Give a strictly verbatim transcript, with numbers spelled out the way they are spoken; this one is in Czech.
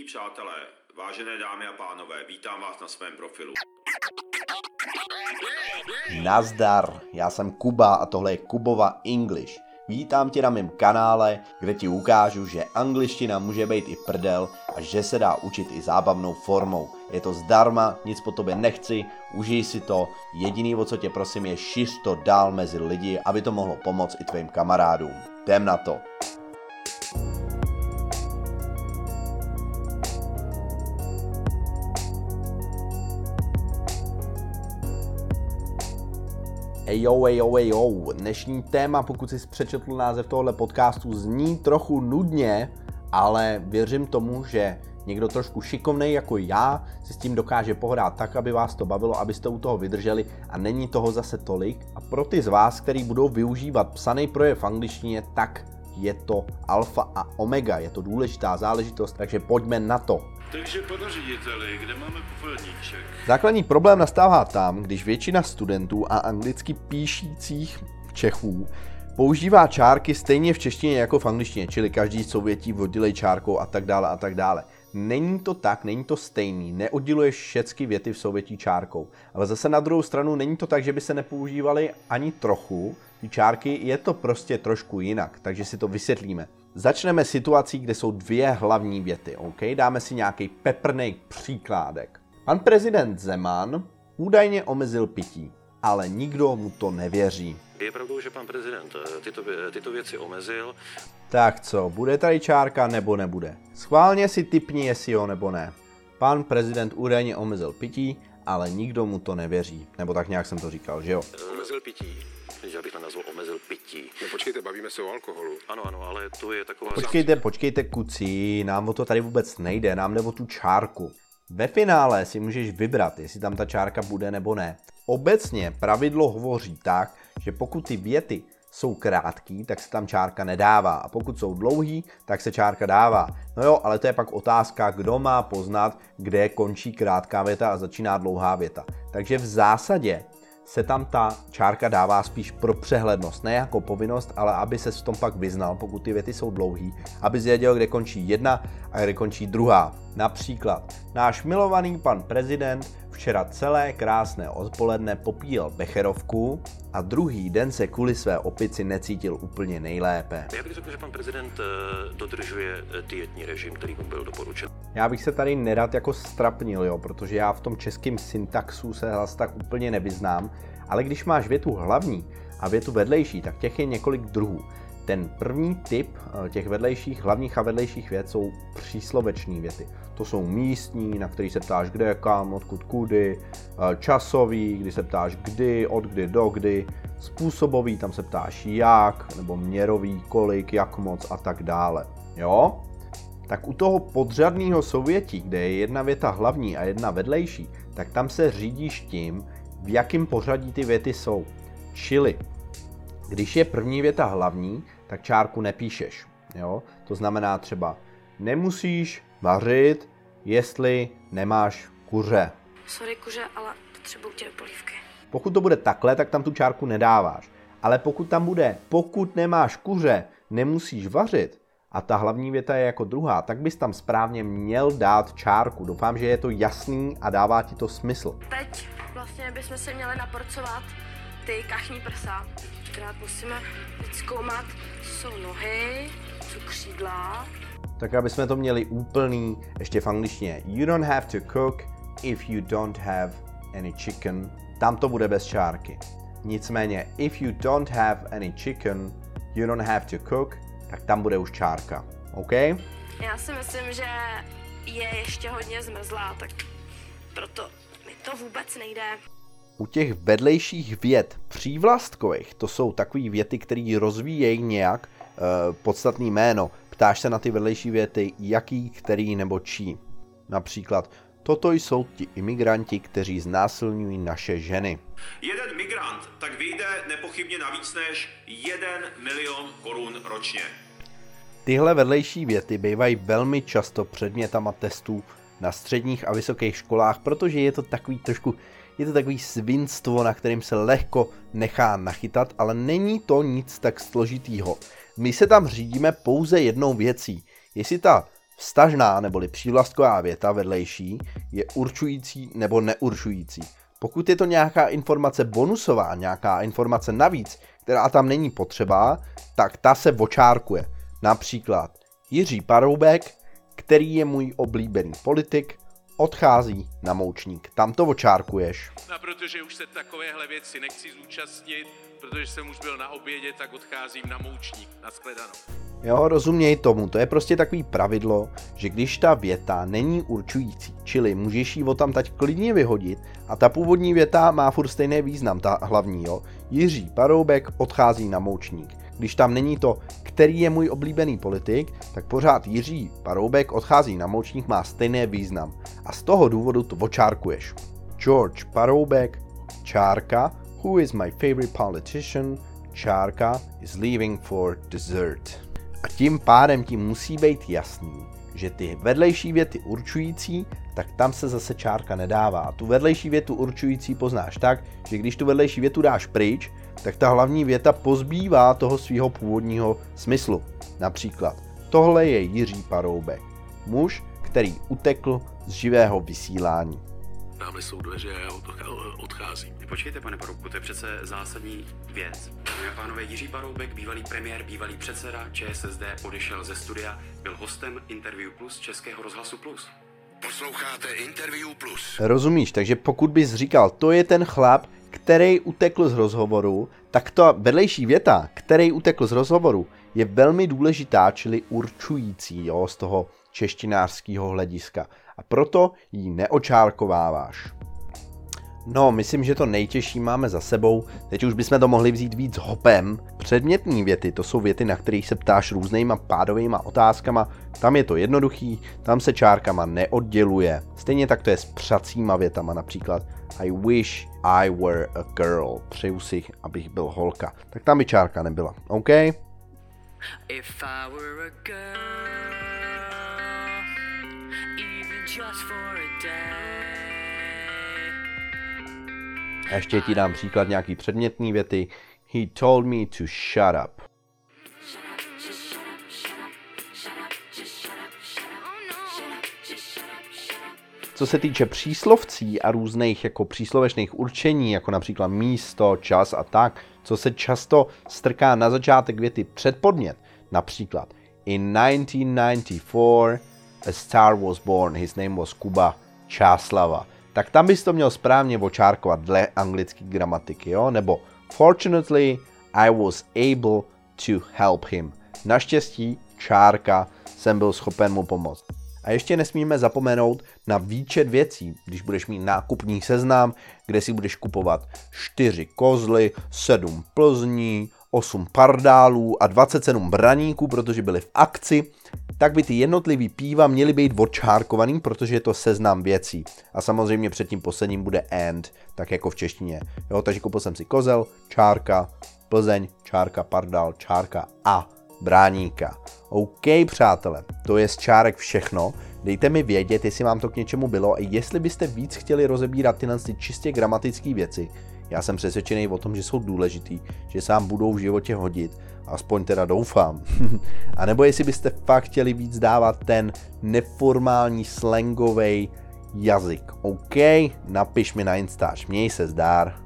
Milí přátelé, vážené dámy a pánové, vítám vás na svém profilu. Nazdar, já jsem Kuba a tohle je Kubova English. Vítám tě na mém kanále, kde ti ukážu, že angličtina může být i prdel a že se dá učit i zábavnou formou. Je to zdarma, nic po tobě nechci, užij si to, jediný, o co tě prosím, je šíř to dál mezi lidi, aby to mohlo pomoct i tvým kamarádům. Jdem na to. Ejo, ejo, ejo, dnešní téma, pokud jsi přečetl název tohohle podcastu, zní trochu nudně, ale věřím tomu, že někdo trošku šikovnej jako já si s tím dokáže pohrát tak, aby vás to bavilo, abyste u toho vydrželi a není toho zase tolik. A pro ty z vás, kteří budou využívat psaný projev v angličtině, tak je to alfa a omega, je to důležitá záležitost, takže pojďme na to. Takže pane řediteli, kde máme popelníček? Základní problém nastává tam, když většina studentů a anglicky píšících Čechů používá čárky stejně v češtině jako v angličtině, čili každý souvětí oddělej čárkou a tak dále a tak dále. Není to tak, není to stejný, neodděluješ všechny věty v souvětí čárkou, ale zase na druhou stranu není to tak, že by se nepoužívaly ani trochu, ty čárky, je to prostě trošku jinak, takže si to vysvětlíme. Začneme situací, kde jsou dvě hlavní věty, OK? Dáme si nějaký peprnej příkládek. Pan prezident Zeman údajně omezil pití, ale nikdo mu to nevěří. Je pravdou, že pan prezident tyto, tyto věci omezil. Tak co, bude tady čárka nebo nebude? Schválně si tipni, jestli jo nebo ne. Pan prezident údajně omezil pití, ale nikdo mu to nevěří. Nebo tak nějak jsem to říkal, že jo? Omezil pití. Já bych to nazval omezil pití. No počkejte, bavíme se o alkoholu. Ano, ano, ale to je taková... Počkejte, počkejte kucí, nám o to tady vůbec nejde, nám jde o tu čárku. Ve finále si můžeš vybrat, jestli tam ta čárka bude nebo ne. Obecně pravidlo hovoří tak, že pokud ty věty jsou krátký, tak se tam čárka nedává a pokud jsou dlouhý, tak se čárka dává. No jo, ale to je pak otázka, kdo má poznat, kde končí krátká věta a začíná dlouhá věta. Takže v zásadě se tam ta čárka dává spíš pro přehlednost, ne jako povinnost, ale aby se v tom pak vyznal, pokud ty věty jsou dlouhý, aby věděl, kde končí jedna a kde končí druhá. Například, náš milovaný pan prezident včera celé krásné odpoledne popíjel becherovku a druhý den se kvůli své opici necítil úplně nejlépe. Já bych řekl, že pan prezident dodržuje dietní režim, který mu byl doporučen. Já bych se tady nerad jako strapnil, jo, protože já v tom českém syntaxu se hlas tak úplně nevyznám, ale když máš větu hlavní a větu vedlejší, tak těch je několik druhů. Ten první typ těch vedlejších, hlavních a vedlejších vět jsou přísloveční věty. To jsou místní, na který se ptáš kde, kam, odkud, kudy, časový, kdy se ptáš kdy, od kdy do kdy, způsobový, tam se ptáš jak, nebo měrový, kolik, jak moc a tak dále. Jo? Tak u toho podřadného souvětí, kde je jedna věta hlavní a jedna vedlejší, tak tam se řídíš tím, v jakém pořadí ty věty jsou. Čili když je první věta hlavní, tak čárku nepíšeš. Jo? To znamená třeba nemusíš vařit, jestli nemáš kuře. Sorry kuře, ale potřebuji tě do polívky. Pokud to bude takhle, tak tam tu čárku nedáváš. Ale pokud tam bude, pokud nemáš kuře, nemusíš vařit, a ta hlavní věta je jako druhá, tak bys tam správně měl dát čárku. Doufám, že je to jasný a dává ti to smysl. Teď vlastně bychom se měli naporcovat ty kachní prsa. Krát musíme teď zkoumat, co jsou nohy, co jsou křídla. Tak aby jsme to měli úplný, ještě v angličtině. You don't have to cook if you don't have any chicken. Tam to bude bez čárky. Nicméně, if you don't have any chicken, you don't have to cook, tak tam bude už čárka. OK? Já si myslím, že je ještě hodně zmrzlá, tak proto mi to vůbec nejde. U těch vedlejších vět přívlastkových, to jsou takové věty, které rozvíjejí nějak e, podstatný jméno. Ptáš se na ty vedlejší věty, jaký, který nebo čí. Například, toto jsou ti imigranti, kteří znásilňují naše ženy. Jeden migrant tak vyjde nepochybně na víc než jeden milion korun ročně. Tyhle vedlejší věty bývají velmi často předmětama testů na středních a vysokých školách, protože je to takový trošku, je to takový svinstvo, na kterým se lehko nechá nachytat, ale není to nic tak složitýho. My se tam řídíme pouze jednou věcí. Jestli ta Vztažná neboli přívlastková věta vedlejší je určující nebo neurčující. Pokud je to nějaká informace bonusová, nějaká informace navíc, která tam není potřeba, tak ta se očárkuje. Například Jiří Paroubek, který je můj oblíbený politik, odchází na Moučník. Tam to očárkuješ. A protože už se takovéhle věci nechci zúčastnit, protože jsem už byl na obědě, tak odcházím na Moučník. Nashledanou. Jo, rozuměj tomu, to je prostě takový pravidlo, že když ta věta není určující, čili můžeš ji tam teď klidně vyhodit a ta původní věta má furt stejný význam, ta hlavní, jo. Jiří Paroubek odchází na Moučník. Když tam není to, který je můj oblíbený politik, tak pořád Jiří Paroubek odchází na Moučník má stejný význam. A z toho důvodu to očárkuješ. George Paroubek, čárka, who is my favorite politician, čárka, is leaving for dessert. A tím pádem ti musí být jasný, že ty vedlejší věty určující, tak tam se zase čárka nedává. Tu vedlejší větu určující poznáš tak, že když tu vedlejší větu dáš pryč, tak ta hlavní věta pozbývá toho svého původního smyslu. Například, tohle je Jiří Paroubek, muž, který utekl z živého vysílání. Tamhle jsou dveře a já odcházím. Počkejte, pane Paroubku, to je přece zásadní věc. Dámy a pánové, Jiří Paroubek, bývalý premiér, bývalý předseda ČSSD, odešel ze studia, byl hostem Interview Plus Českého rozhlasu Plus. Posloucháte Interview Plus. Rozumíš, takže pokud bys říkal, to je ten chlap, který utekl z rozhovoru, tak ta vedlejší věta, který utekl z rozhovoru, je velmi důležitá, čili určující, jo, z toho češtinářského hlediska. A proto ji neočárkováváš. No, myslím, že to nejtěžší máme za sebou. Teď už bychom to mohli vzít víc hopem. Předmětní věty, to jsou věty, na kterých se ptáš různýma pádovými otázkama. Tam je to jednoduchý, tam se čárkama neodděluje. Stejně tak to je s přacíma větama, například I wish I were a girl. Přeju si, abych byl holka. Tak tam by čárka nebyla, OK? If I were a girl, even just for a day. A ještě ti dám příklad nějaký předmětný věty. He told me to shut up. Co se týče příslovcí a různých jako příslovečných určení, jako například místo, čas a tak, co se často strká na začátek věty před podmět, například in nineteen ninety-four a star was born, his name was Kuba Čáslava. Tak tam bys to měl správně očárkovat dle anglické gramatiky, jo? Nebo fortunately I was able to help him. Naštěstí, čárka, jsem byl schopen mu pomoct. A ještě nesmíme zapomenout na výčet věcí, když budeš mít nákupní seznam, kde si budeš kupovat čtyři kozly, sedm plzní, osm pardálů a dvacet sedm braníků, protože byly v akci, tak by ty jednotlivý píva měly být odčárkovaný, protože je to seznam věcí. A samozřejmě před tím posledním bude and, tak jako v češtině. Jo, takže koupil jsem si kozel, čárka, Plzeň, čárka, pardál, čárka a bráníka. OK, přátelé, to je z čárek všechno. Dejte mi vědět, jestli vám to k něčemu bylo a jestli byste víc chtěli rozebírat tyhle čistě gramatické věci. Já jsem přesvědčený o tom, že jsou důležitý, že se vám budou v životě hodit, aspoň teda doufám. A nebo jestli byste fakt chtěli víc dávat ten neformální slangový jazyk. OK, napiš mi na Instač, měj se zdár.